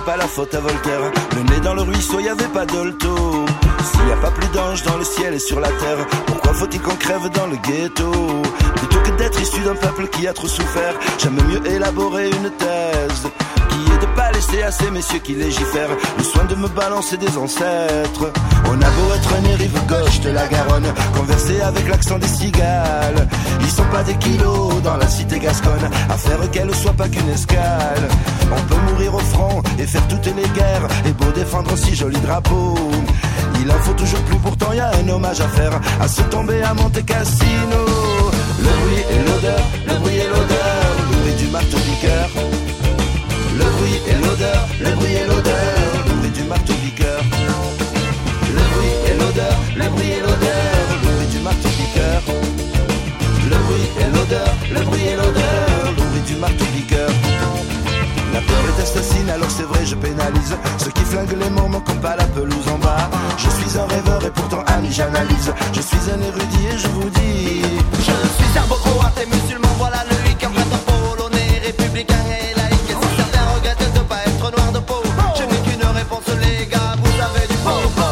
pas la faute à Voltaire. Le nez dans le ruisseau, y avait pas d'olto. S'il y a pas plus d'anges dans le ciel et sur la terre, pourquoi faut-il qu'on crève dans le ghetto? Plutôt que d'être issu d'un peuple qui a trop souffert, j'aime mieux élaborer une thèse qui est de pas laisser à ces messieurs qui légifèrent le soin de me balancer des ancêtres. On a beau être né rive gauche de la Garonne, converser avec l'accent des cigales, ils sont pas des kilos dans la cité gasconne, à faire qu'elle soit pas qu'une escale. On peut mourir au front et faire toutes les guerres, et beau défendre si joli drapeau, il en faut toujours plus, pourtant y a un hommage à faire, à se tomber à Monte Cassino. Le bruit et l'odeur, le bruit et l'odeur, le bruit du marteau-piqueur. Le bruit et l'odeur, le bruit et l'odeur, le bruit du marteau-piqueur. Le bruit et l'odeur, le bruit et l'odeur, le bruit du marteau-piqueur. Le bruit et l'odeur, le bruit et l'odeur, le bruit du marteau-piqueur. La peur est assassine, alors c'est vrai je pénalise ceux qui flinguent les mômes comme pas la pelouse en bas. Je suis un rêveur et pourtant ami j'analyse. Je suis un érudit et je vous dis, je suis serbo-croate et musulman, voilà le hic. Un vrai polonais, républicain et laïque. Et si certains regrettent de pas être noir de peau, je n'ai qu'une réponse les gars, vous avez du po-po.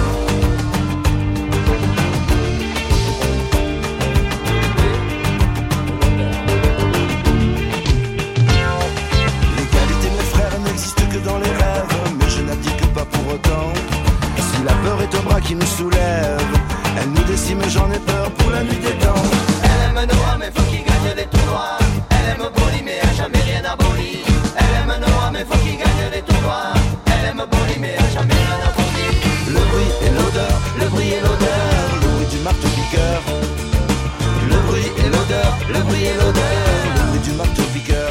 Dans les rêves, mais je n'abdique pas pour autant. Si la peur est un bras qui nous soulève, elle nous décime, j'en ai peur pour la nuit des temps. Elle aime Noah, mais faut qu'il gagne des tournois. Elle aime Boli, mais a jamais rien aboli. Elle aime Noah, mais faut qu'il gagne des tournois. Elle aime Boli, mais a jamais rien aboli. Le bruit et l'odeur, le bruit et l'odeur, le bruit du marteau-piqueur. Le bruit et l'odeur, le bruit et l'odeur, le bruit du marteau-piqueur.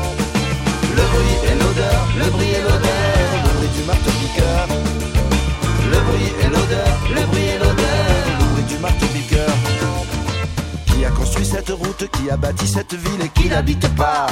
Le bruit et l'odeur, le bruit et l'odeur, le bruit du marteau-piqueur. Le bruit et l'odeur, le bruit et l'odeur, le bruit du marteau-piqueur. Qui a construit cette route, qui a bâti cette ville et qui n'habite pas?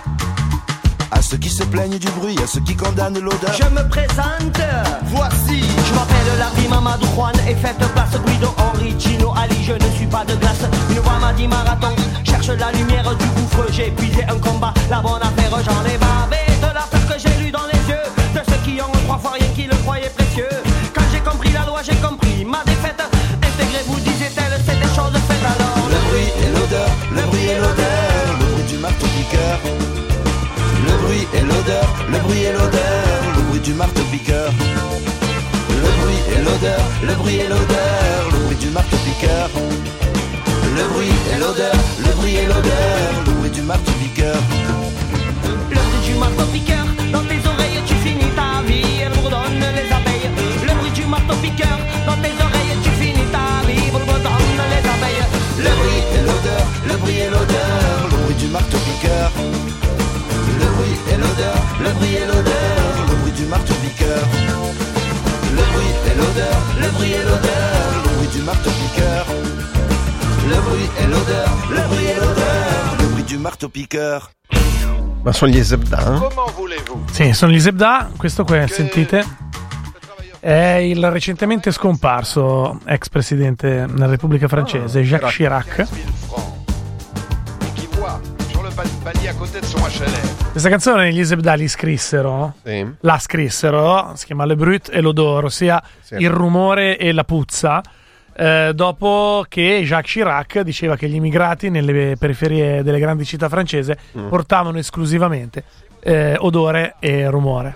À ceux qui se plaignent du bruit, à ceux qui condamnent l'odeur, je me présente, voici. Je m'appelle Larry Mamadou Juan et faites place Guido Henri Gino Ali. Je ne suis pas de glace, une voix m'a dit marathon. Cherche la lumière du gouffre, j'ai épuisé un combat. La bonne affaire, j'en ai bavé de la peur que j'ai lu dans les yeux de ceux qui ont trois fois rien qui le croyaient précieux. Quand j'ai compris la loi, j'ai compris ma défaite. Intégrez-vous, disait-elle, c'est des choses faites alors. Le bruit et l'odeur, le bruit et l'odeur, le bruit du marteau-piqueur. Le bruit et l'odeur, le bruit et l'odeur, le bruit du marteau-piqueur. Le bruit et l'odeur, le bruit et l'odeur, le bruit du marteau-piqueur. Le bruit et l'odeur, le bruit et l'odeur, le bruit du marteau-piqueur. Le bruit du marteau-piqueur, dans tes oreilles tu finis ta vie, elle bourdonne les abeilles. Le bruit du marteau-piqueur, dans tes oreilles tu finis ta vie, elle bourdonne les abeilles. Le bruit et l'odeur, le bruit et l'odeur, le bruit du marteau-piqueur. Le bruit et l'odeur, le bruit et l'odeur, le bruit du marteau-piqueur. Le bruit et l'odeur, le bruit et l'odeur, le bruit du marteau-piqueur. Le bruit e l'odeur, le bruit e l'odeur, le bruit du marteau-piqueur. Ma sono gli Zebda? Sì, sono gli Zebda. Questo qui, sentite, è il recentemente scomparso ex presidente della Repubblica Francese, Jacques Chirac. Questa canzone gli Zebda li scrissero, sì. La scrissero, si chiama Le Brut e l'Odore, ossia sì, il rumore e la puzza. Dopo che Jacques Chirac diceva che gli immigrati nelle periferie delle grandi città francesi portavano esclusivamente odore e rumore.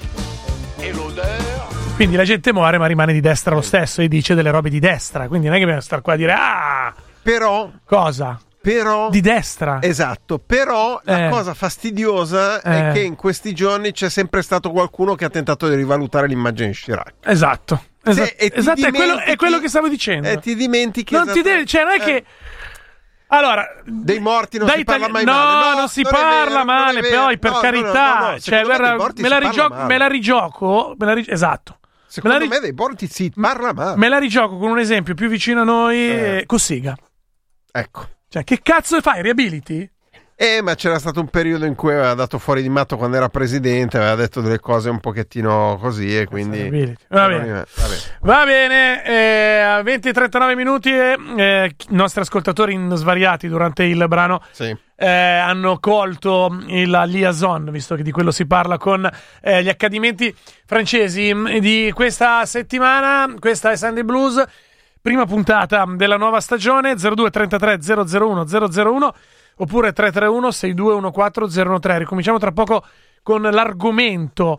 Quindi la gente muore ma rimane di destra lo stesso e dice delle robe di destra, quindi non è che dobbiamo stare qua a dire però cosa? Però di destra. Esatto, però la cosa fastidiosa è che in questi giorni c'è sempre stato qualcuno che ha tentato di rivalutare l'immagine di Chirac. Esatto. Esatto, è quello che stavo dicendo. E ti dimentichi. Non ti devi, cioè non è che allora dei morti non si parla mai male. No, non si parla male, poi per carità, cioè me la rigioco, esatto. Secondo me dei morti si parla male. Me la rigioco con un esempio più vicino a noi, Cossiga. Ecco. Cioè, che cazzo fai? Riabiliti? Ma c'era stato un periodo in cui aveva dato fuori di matto quando era presidente, aveva detto delle cose un pochettino così e quindi... Va bene, 20-39 minuti, i nostri ascoltatori svariati durante il brano hanno colto la liaison, visto che di quello si parla, con gli accadimenti francesi di questa settimana. Questa è Sunday Blues, prima puntata della nuova stagione. 02 33 001 001 oppure 331 6214 013. Ricominciamo tra poco con l'argomento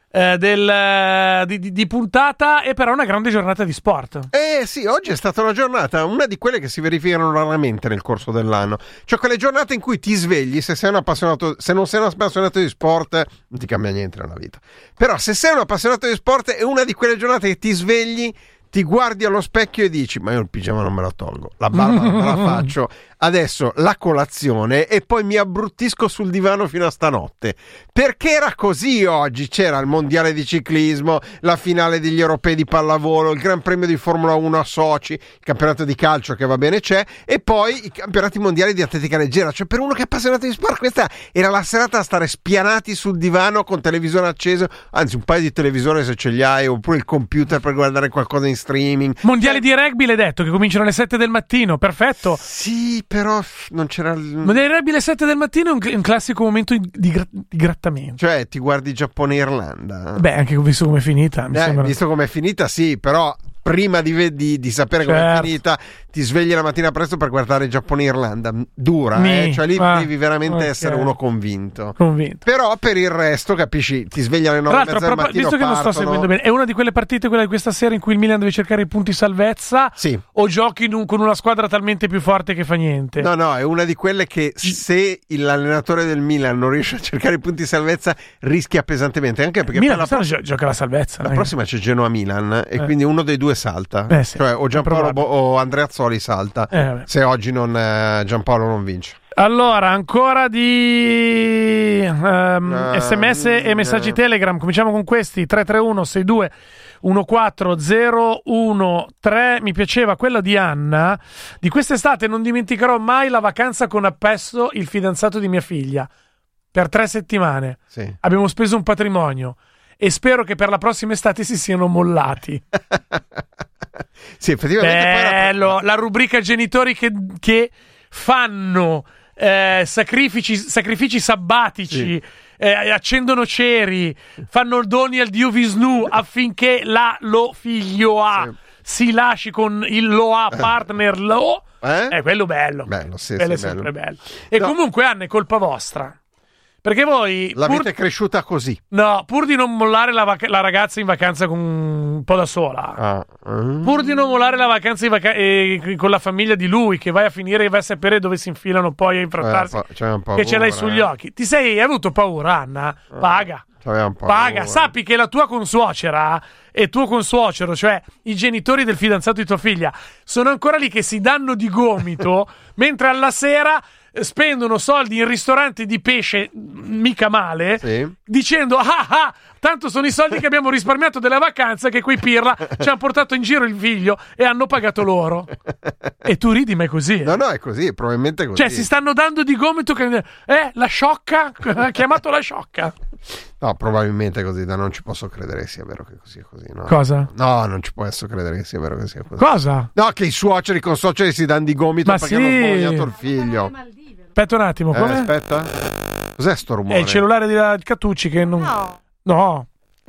di puntata, e però una grande giornata di sport. Sì, oggi è stata una giornata, una di quelle che si verificano raramente nel corso dell'anno, cioè quelle giornate in cui ti svegli, se non sei un appassionato di sport non ti cambia niente nella vita, però se sei un appassionato di sport è una di quelle giornate che ti svegli, ti guardi allo specchio e dici: ma io il pigiama non me lo tolgo, la barba non me la faccio, adesso la colazione e poi mi abbruttisco sul divano fino a stanotte, perché era così. Oggi c'era il mondiale di ciclismo, la finale degli europei di pallavolo, il gran premio di Formula 1 a Sochi, il campionato di calcio che va bene c'è, e poi i campionati mondiali di atletica leggera. Cioè, per uno che è appassionato di sport, questa era la serata a stare spianati sul divano con televisore acceso, anzi un paio di televisori se ce li hai, oppure il computer per guardare qualcosa in streaming. Mondiali di rugby, l'hai detto, che cominciano alle 7 del mattino, perfetto. Sì, però non c'era Mondiali di rugby alle 7 del mattino è un classico momento di grattamento. Cioè, ti guardi Giappone-Irlanda. Beh, anche visto com'è finita. Visto com'è finita, sì, però prima di sapere com'è finita, ti svegli la mattina presto per guardare Giappone-Irlanda. Dura, cioè lì devi veramente essere uno convinto. Però per il resto, capisci, ti svegli alle 9:30 del mattino. Visto che non sto seguendo bene, è una di quelle partite, quella di questa sera, in cui il Milan deve cercare i punti salvezza? Sì. O giochi con una squadra talmente più forte che fa niente? No, è una di quelle che se l'allenatore del Milan non riesce a cercare i punti salvezza rischia pesantemente, anche perché Milan gioca la salvezza. La prossima c'è Genoa-Milan e quindi uno dei due salta, sì, cioè o Giampaolo o Andreazzoli salta, se oggi Giampaolo non vince. Allora, ancora di sms e messaggi Telegram. Cominciamo con questi: 331 62 14013. Mi piaceva quella di Anna di quest'estate. Non dimenticherò mai la vacanza con appesso il fidanzato di mia figlia per 3 settimane. Abbiamo speso un patrimonio e spero che per la prossima estate si siano mollati. Sì, effettivamente. Bello, la rubrica genitori che fanno sacrifici sabbatici, accendono ceri, fanno doni al dio Vishnu affinché lo figlio si lasci con il partner quello bello. Quello è sempre bello. E comunque, Anna, è colpa vostra. Perché voi l'avete cresciuta così. No, pur di non mollare la ragazza in vacanza un po' da sola, pur di non mollare la vacanza con la famiglia di lui, che vai a finire e vai a sapere dove si infilano poi a infrattarsi, che ce l'hai sugli occhi. Hai avuto paura, Anna? Paga. Sappi che la tua consuocera e tuo consuocero, cioè i genitori del fidanzato di tua figlia, sono ancora lì che si danno di gomito mentre alla sera spendono soldi in ristoranti di pesce mica male, dicendo tanto sono i soldi che abbiamo risparmiato della vacanza che quei pirla ci hanno portato in giro il figlio e hanno pagato loro. E tu ridi, ma è così. No, è così, probabilmente così. Cioè, si stanno dando di gomito la sciocca, ha chiamato la sciocca. No, probabilmente così, non ci posso credere che sia vero che così è così. No? Cosa? No, non ci posso credere che sia vero che sia così. Cosa? No, che i suoceri con suoceri si danno di gomito perché hanno sbagliato il figlio. Aspetta un attimo, come? Aspetta. Cos'è sto rumore? È il cellulare di Catucci che non... No.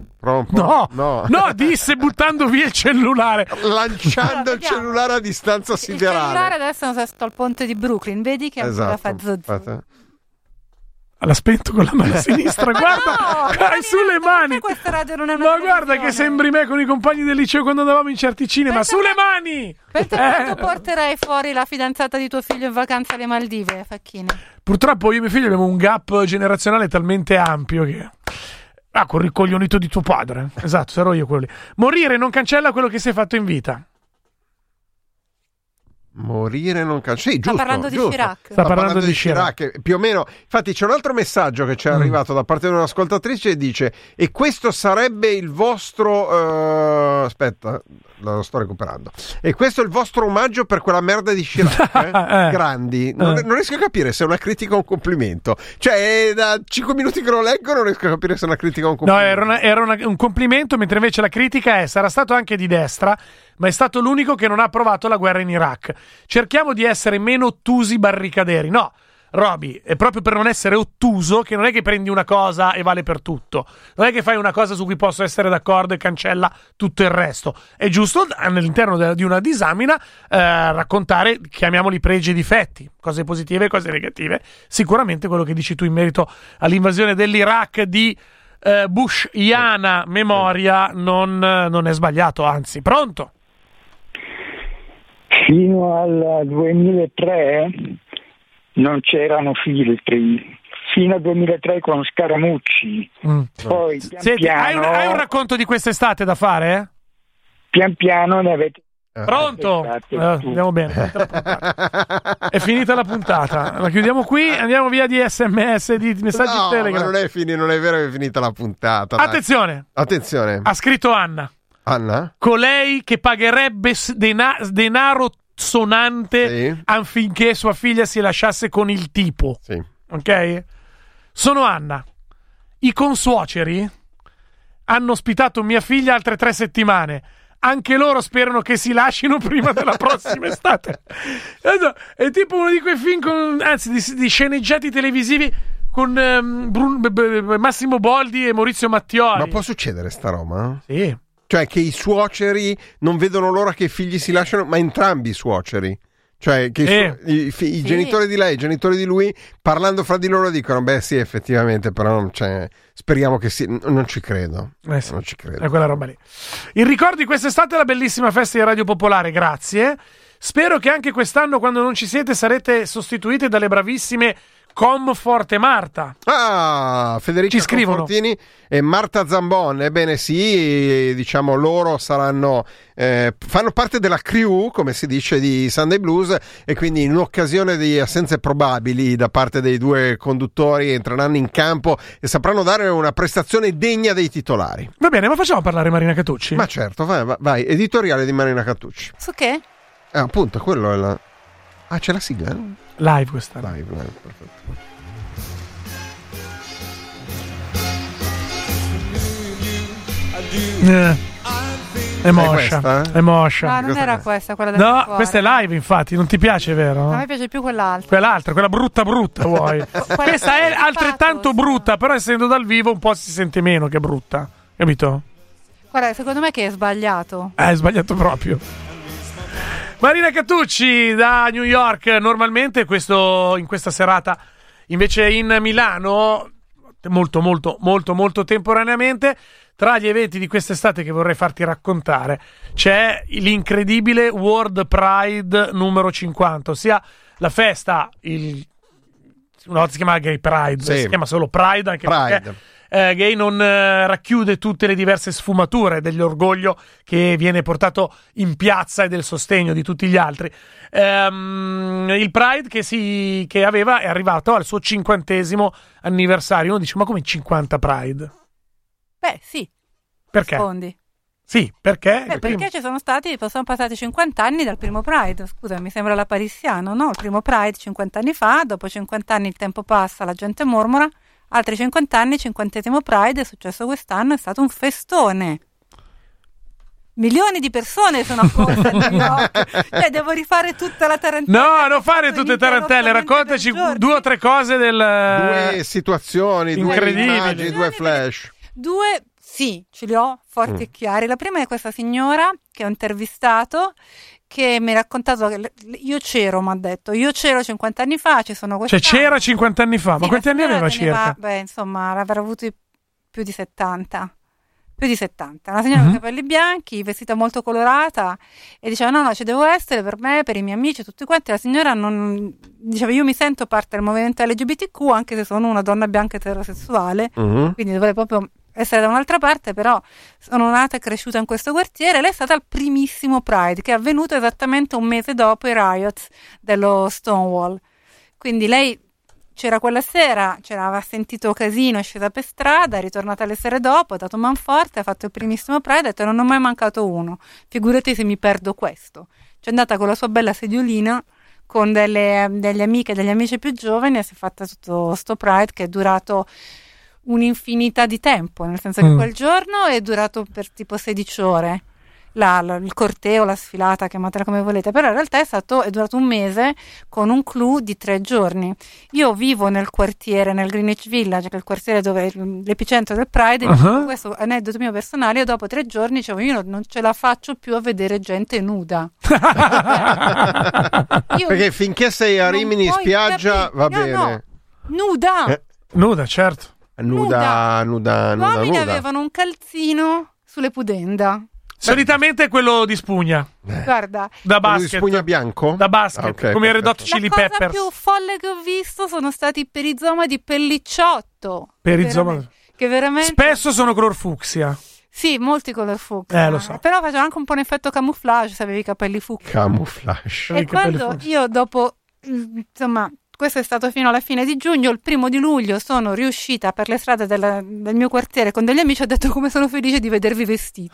No, disse buttando via il cellulare, lanciando il cellulare a distanza siderale. Il cellulare adesso non sto al ponte di Brooklyn, vedi che ancora fa zozzo. L'ha spento con la mano sinistra, guarda, hai sulle mani. Questa radio non è una ma guarda che sembri me con i compagni del liceo quando andavamo in certi cinema. Sulle mani. Pensa quando porterai fuori la fidanzata di tuo figlio in vacanza alle Maldive, Facchini. Purtroppo io e mio figlio abbiamo un gap generazionale talmente ampio che... con il ricoglionito di tuo padre. Esatto, sarò io quello lì. Morire non cancella quello che sei fatto in vita. Morire non cambia. Sì, giusto. Sta parlando di Chirac. Sta parlando di Chirac. Più o meno. Infatti c'è un altro messaggio che ci è arrivato da parte di un'ascoltatrice e dice: e questo sarebbe il vostro aspetta, lo sto recuperando. E questo è il vostro omaggio per quella merda di Chirac? Grandi. Non riesco a capire se è una critica o un complimento. Cioè, è da 5 minuti che lo leggo, non riesco a capire se è una critica o un complimento. No, era un complimento, mentre invece la critica sarà stato anche di destra, ma è stato l'unico che non ha approvato la guerra in Iraq. Cerchiamo di essere meno ottusi barricaderi. No, Roby, è proprio per non essere ottuso che non è che prendi una cosa e vale per tutto. Non è che fai una cosa su cui posso essere d'accordo e cancella tutto il resto. È giusto all'interno di una disamina raccontare, chiamiamoli pregi e difetti, cose positive e cose negative. Sicuramente quello che dici tu in merito all'invasione dell'Iraq di Bushiana memoria non è sbagliato, anzi. Pronto? Fino al 2003 non c'erano filtri, fino al 2003 con Scaramucci. Poi pian Senti, piano, hai un racconto di quest'estate da fare? pian piano ne avete. Pronto? Andiamo bene. È finita la puntata. La chiudiamo qui. Andiamo via di SMS, di messaggi Telegram. Ma non è vero che è finita la puntata. Attenzione. Ha scritto Anna. Colei che pagherebbe denaro sonante affinché sua figlia si lasciasse con il tipo. Sì. Ok? Sono Anna. I consuoceri hanno ospitato mia figlia altre 3 settimane. Anche loro sperano che si lascino prima della prossima estate. È tipo uno di quei film di sceneggiati televisivi con Massimo Boldi e Maurizio Mattioli. Ma può succedere sta roba? Sì. Cioè che i suoceri non vedono l'ora che i figli si lasciano, ma entrambi i suoceri. Cioè che i genitori di lei, i genitori di lui, parlando fra di loro dicono: beh sì, effettivamente, però speriamo che non ci credo. Sì. Non ci credo. È quella roba lì. Il ricordo di quest'estate è la bellissima festa di Radio Popolare, grazie. Spero che anche quest'anno, quando non ci siete, sarete sostituite dalle bravissime Comfort e Marta. Federica Confortini e Marta Zambon. Ebbene sì, diciamo loro saranno fanno parte della crew, come si dice, di Sunday Blues, e quindi in occasione di assenze probabili da parte dei 2 conduttori entreranno in campo e sapranno dare una prestazione degna dei titolari. Va bene, ma facciamo parlare Marina Catucci? Ma certo, vai, editoriale di Marina Catucci. Su che? Appunto, quello è la... c'è la sigla? Live questa. Live, perfetto. È moscia. È moscia. No, non era questa, quella del No, cuore. questa è live, infatti. Non ti piace, vero? A me piace più quell'altra. Quella brutta vuoi. Questa è altrettanto brutta, però essendo dal vivo un po' si sente meno che brutta. Capito? Guarda, secondo me che è sbagliato. È sbagliato proprio. Marina Catucci da New York. Normalmente in questa serata, invece in Milano, molto temporaneamente, tra gli eventi di quest'estate che vorrei farti raccontare c'è l'incredibile World Pride numero 50, ossia la festa, una volta si chiamava Gay Pride, si chiama solo Pride, anche perché gay non racchiude tutte le diverse sfumature dell'orgoglio che viene portato in piazza e del sostegno di tutti gli altri. Il Pride che è arrivato al suo 50° anniversario. Uno dice: ma come 50 Pride? Beh, sì. Perché? Rispondi. Sì, perché? Perché sono passati 50 anni dal primo Pride. Scusa, mi sembra l'apariziano, no? Il primo Pride 50 anni fa, dopo 50 anni il tempo passa, la gente mormora. Altri 50 anni, 50° Pride, è successo quest'anno, è stato un festone. Milioni di persone sono accorse a New York. Cioè, devo rifare tutta la tarantella. No, non fare tutte le tarantelle, raccontaci 2 o 3 cose 2 situazioni, 2 immagini, 2 flash. 2, sì, ce li ho forti e chiari. La prima è questa signora che ho intervistato, che mi ha raccontato che io ha detto 50 anni fa, ci sono questi. Cioè c'era 50 anni fa, ma quanti anni aveva circa? Insomma, avrà avuto più di 70. Una signora con i capelli bianchi, vestita molto colorata, e diceva: no, ci devo essere per me, per i miei amici, tutti quanti. La signora diceva: io mi sento parte del movimento LGBTQ, anche se sono una donna bianca eterosessuale, quindi dovrei proprio essere da un'altra parte, però sono nata e cresciuta in questo quartiere. Lei è stata al primissimo Pride, che è avvenuto esattamente un mese dopo i riots dello Stonewall. Quindi lei c'era quella sera, aveva sentito casino, è scesa per strada, è ritornata le sere dopo, ha dato manforte, ha fatto il primissimo Pride, ha detto non ho mai mancato uno, figurati se mi perdo questo. C'è andata con la sua bella sediolina con delle amiche e degli amici più giovani e si è fatta tutto sto Pride che è durato un'infinità di tempo, nel senso che quel giorno è durato per tipo 16 ore. Il corteo, la sfilata, chiamatela come volete, però in realtà è durato un mese con un clou di 3 giorni. Io vivo nel quartiere, nel Greenwich Village, che è il quartiere dove è l'epicentro del Pride, questo aneddoto mio personale, io dopo 3 giorni dicevo io non ce la faccio più a vedere gente nuda. Perché finché sei a Rimini spiaggia va bene. No. Nuda! Nuda, certo. Nuda. Gli uomini avevano un calzino sulle pudenda. Solitamente quello di spugna. Guarda, da basket. Di spugna bianco? Da basket, okay, come i Red Hot Chili Peppers. La cosa più folle che ho visto sono stati i perizoma di pellicciotto. Perizoma. Che veramente... Spesso sono color fucsia. Sì, molti color fucsia. Lo so. Però faceva anche un po' un effetto camouflage se avevi i capelli fucsia. Camouflage. E quando io dopo, insomma... Questo è stato fino alla fine di giugno, il 1 luglio sono riuscita per le strade del mio quartiere con degli amici, ho detto come sono felice di vedervi vestiti.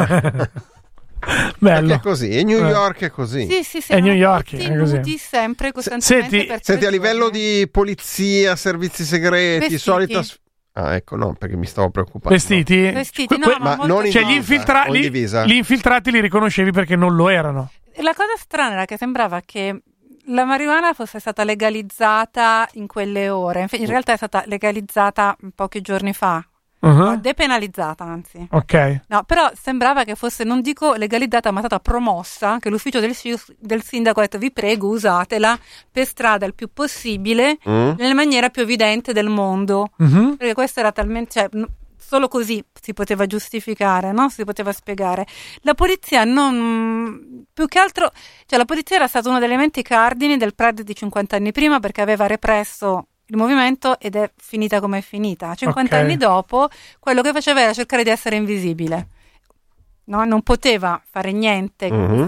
Bello. È così, e New York è così. Sì, è New York, è così. Nudi sempre, costantemente. Senti, a livello di polizia, servizi segreti, vestiti. Solita... Ah, ecco, no, perché mi stavo preoccupando. Vestiti, no, ma non in cioè gli infiltrati li riconoscevi perché non lo erano. La cosa strana era che sembrava che la marijuana fosse stata legalizzata in quelle ore, in realtà è stata legalizzata pochi giorni fa, depenalizzata anzi. Ok. No, però sembrava che fosse, non dico legalizzata, ma stata promossa, che l'ufficio del sindaco ha detto vi prego usatela per strada il più possibile, nella maniera più evidente del mondo, perché questo era talmente... solo così si poteva giustificare, no? Si poteva spiegare. La polizia più che altro, la polizia era stato uno degli elementi cardini del Pride di 50 anni prima perché aveva represso il movimento ed è finita come è finita. 50 anni dopo, quello che faceva era cercare di essere invisibile. No? Non poteva fare niente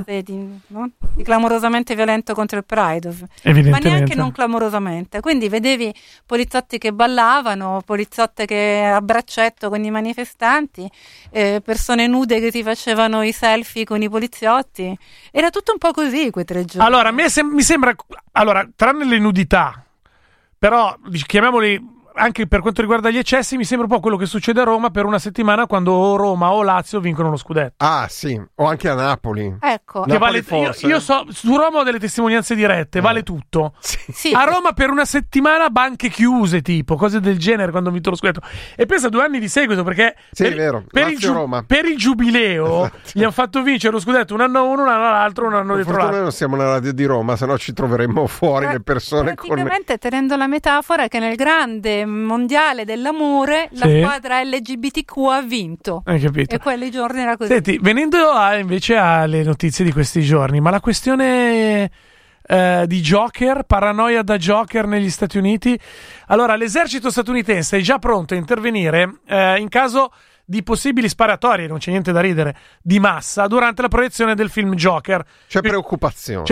di clamorosamente violento contro il Pride, ma neanche non clamorosamente. Quindi vedevi poliziotti che ballavano, poliziotte che a braccetto con i manifestanti, persone nude che si facevano i selfie con i poliziotti. Era tutto un po' così quei 3 giorni. Allora, mi sembra, tranne le nudità, però chiamiamoli... Anche per quanto riguarda gli eccessi, mi sembra un po' quello che succede a Roma per una settimana quando o Roma o Lazio vincono lo scudetto. Ah, sì, o anche a Napoli. Ecco, Napoli io so, su Roma ho delle testimonianze dirette, vale tutto. Sì. A Roma per una settimana banche chiuse, tipo, cose del genere quando ho vinto lo scudetto. E pensa 2 anni di seguito perché è vero. Per il giubileo gli hanno fatto vincere lo scudetto un anno uno, un anno l'altro, un anno dietro l'altro. Noi non siamo una radio di Roma, sennò ci troveremmo fuori le persone praticamente tenendo la metafora che nel grande mondiale dell'amore la squadra LGBTQ ha vinto. Hai capito? E quelli giorni era così. Senti, venendo invece alle notizie di questi giorni, ma la questione di Joker, paranoia da Joker negli Stati Uniti. Allora, l'esercito statunitense è già pronto a intervenire in caso di possibili sparatorie, non c'è niente da ridere, di massa durante la proiezione del film Joker. C'è preoccupazione.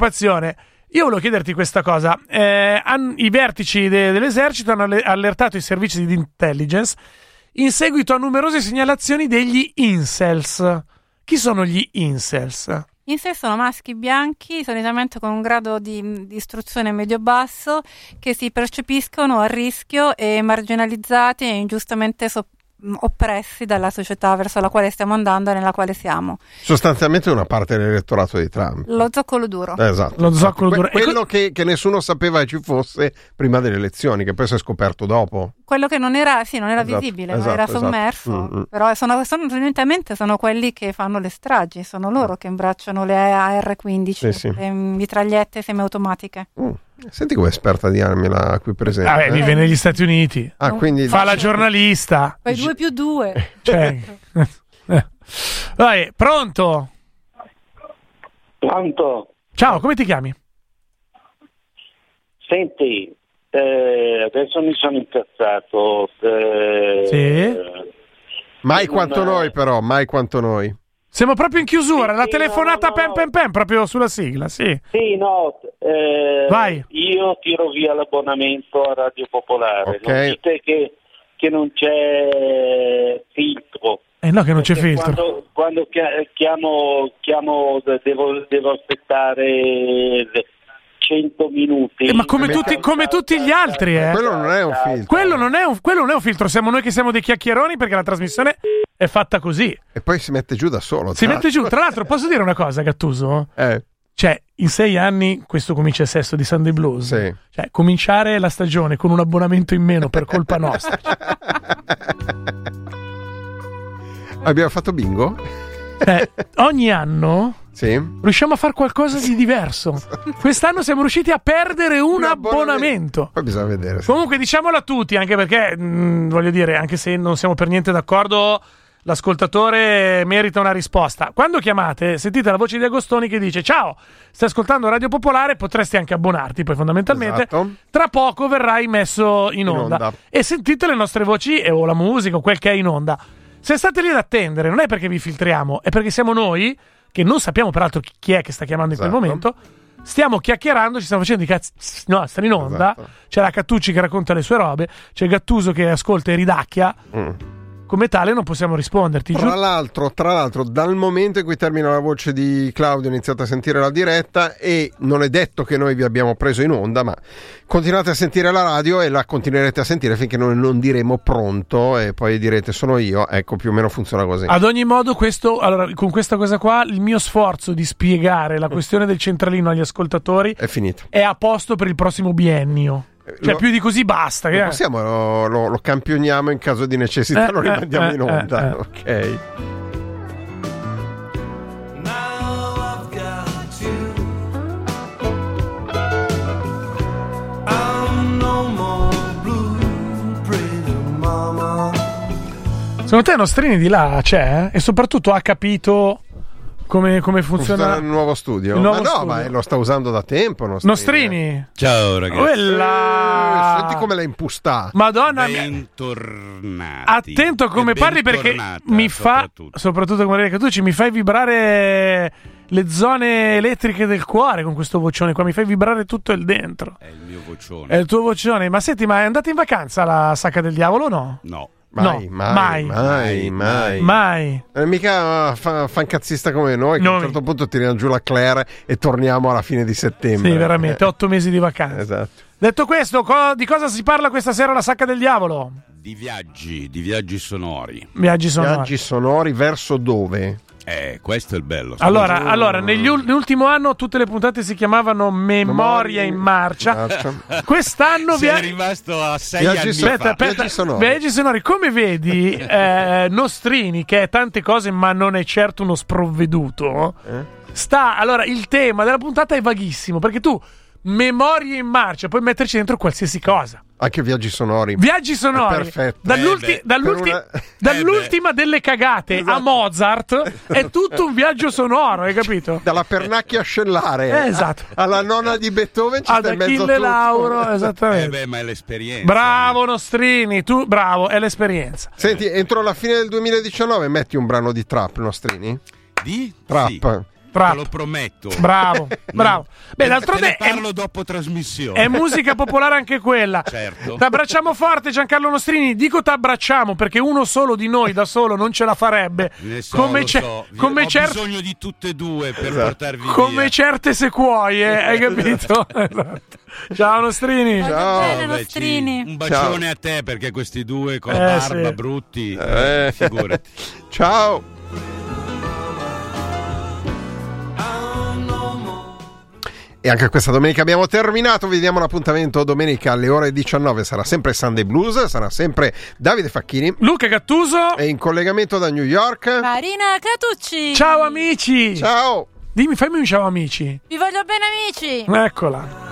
Io volevo chiederti questa cosa. I vertici dell'esercito hanno allertato i servizi di intelligence in seguito a numerose segnalazioni degli incels. Chi sono gli incels? Incels sono maschi bianchi, solitamente con un grado di istruzione medio-basso, che si percepiscono a rischio e marginalizzati e ingiustamente oppressi dalla società verso la quale stiamo andando e nella quale siamo. Sostanzialmente una parte dell'elettorato di Trump. Lo zoccolo duro. Esatto. Lo zoccolo duro. Quello che nessuno sapeva ci fosse prima delle elezioni, che poi si è scoperto dopo. Quello che non era visibile, ma era sommerso. Però sono quelli che fanno le stragi, sono loro che imbracciano le AR-15, le mitragliette semiautomatiche. Senti come esperta di armi la qui presente. Vive negli Stati Uniti. Quindi fa la giornalista. Fai 2+2. Vai, pronto? Pronto? Ciao, come ti chiami? Senti, adesso mi sono incazzato. Sì? Mai quanto noi, però, mai quanto noi. Siamo proprio in chiusura, Sì, la telefonata pem proprio sulla sigla, sì. Sì, no, Vai. io tiro via l'abbonamento a Radio Popolare. Ok. Non dite che non c'è filtro. No, che non c'è Perché filtro. Quando chiamo devo aspettare 100 minuti. Ma come tutti gli altri, Quello non è un filtro. Quello non è un filtro, siamo noi che siamo dei chiacchieroni perché la trasmissione è fatta così. E poi si mette giù da solo. Si mette giù. Tra l'altro, posso dire una cosa, Gattuso? Cioè, in 6 anni questo comincia il sesto di Sunday Blues. Sì. Cioè, cominciare la stagione con un abbonamento in meno per colpa nostra. Abbiamo fatto bingo? Ogni anno Sì. riusciamo a fare qualcosa di diverso. Quest'anno siamo riusciti a perdere un abbonamento. Poi bisogna vedere. Sì. Comunque diciamolo a tutti, anche perché voglio dire, anche se non siamo per niente d'accordo, l'ascoltatore merita una risposta. Quando chiamate, sentite la voce di Agostoni che dice: ciao, stai ascoltando Radio Popolare, potresti anche abbonarti, poi fondamentalmente Esatto. tra poco verrai messo in onda. E sentite le nostre voci o la musica o quel che è in onda. Se state lì ad attendere, non è perché vi filtriamo, è perché siamo noi, che non sappiamo peraltro chi è che sta chiamando in quel momento, stiamo chiacchierando, ci stiamo facendo i cazzi nostri in onda. Esatto. C'è la Cattucci che racconta le sue robe, c'è il Gattuso che ascolta e ridacchia. Come tale non possiamo risponderti. Tra l'altro, dal momento in cui termina la voce di Claudio, iniziate a sentire la diretta e non è detto che noi vi abbiamo preso in onda, ma continuate a sentire la radio e la continuerete a sentire finché noi non diremo pronto e poi direte sono io. Ecco, più o meno funziona così. Ad ogni modo, allora, con questa cosa qua, il mio sforzo di spiegare la questione del centralino agli ascoltatori è finito. È a posto per il prossimo biennio. Cioè, più di così basta. Lo possiamo, lo campioniamo in caso di necessità, lo rimandiamo in onda. Ok. Secondo te Nostrini di là c'è? E soprattutto ha capito come funziona il nuovo studio? Ma lo sta usando da tempo. Nostrini. Ciao ragazzi. Senti come l'ha impostata. Madonna bentornati. Attento a come parli perché mi fa soprattutto come Cattucci mi fai vibrare le zone elettriche del cuore con questo vocione qua, mi fai vibrare tutto il dentro. È il mio vocione. È il tuo vocione. Ma senti, ma è andata in vacanza la Sacca del Diavolo o no? No. Mai. Mica fancazzista come noi, che a un certo punto tiriamo giù la Claire e torniamo alla fine di settembre. Sì, veramente, 8 mesi di vacanza. Esatto. Detto questo, di cosa si parla questa sera alla Sacca del Diavolo? Di viaggi sonori. Viaggi sonori verso dove? Questo è il bello. Allora nell'ultimo anno tutte le puntate si chiamavano Memoria in Marcia. Quest'anno sei rimasto a 6 anni fa. Viaggi sonori. Come vedi, Nostrini, che è tante cose ma non è certo uno sprovveduto, allora il tema della puntata è vaghissimo, perché tu Memorie in Marcia puoi metterci dentro qualsiasi cosa. Anche viaggi sonori. Perfetto. Dall'ultima delle cagate a Mozart è tutto un viaggio sonoro, hai capito? Dalla pernacchia scellare esatto. alla nonna di Beethoven ci sta in mezzo Achille Lauro, esattamente. Ma è l'esperienza. Bravo Nostrini, tu bravo, è l'esperienza. Senti, entro la fine del 2019 metti un brano di trap, Nostrini? Di? Trap. Sì. Te lo prometto. Bravo. Beh, d'altronde parlo dopo trasmissione. È musica popolare anche quella. Certo. T'abbracciamo forte, Giancarlo Nostrini. Dico t'abbracciamo perché uno solo di noi da solo non ce la farebbe. Ho bisogno di tutte e due per portarvi via. Come certe sequoie, hai capito? Ciao Nostrini. Ciao bene, Nostrini. Un bacione a te, perché questi due con la barba brutti. Figurati. Ciao. E anche questa domenica abbiamo terminato. Vi diamo un appuntamento domenica alle ore 19. Sarà sempre Sunday Blues, sarà sempre Davide Facchini, Luca Gattuso e in collegamento da New York Marina Cattucci. Ciao amici. Ciao. Fammi un ciao amici. Vi voglio bene amici. Eccola.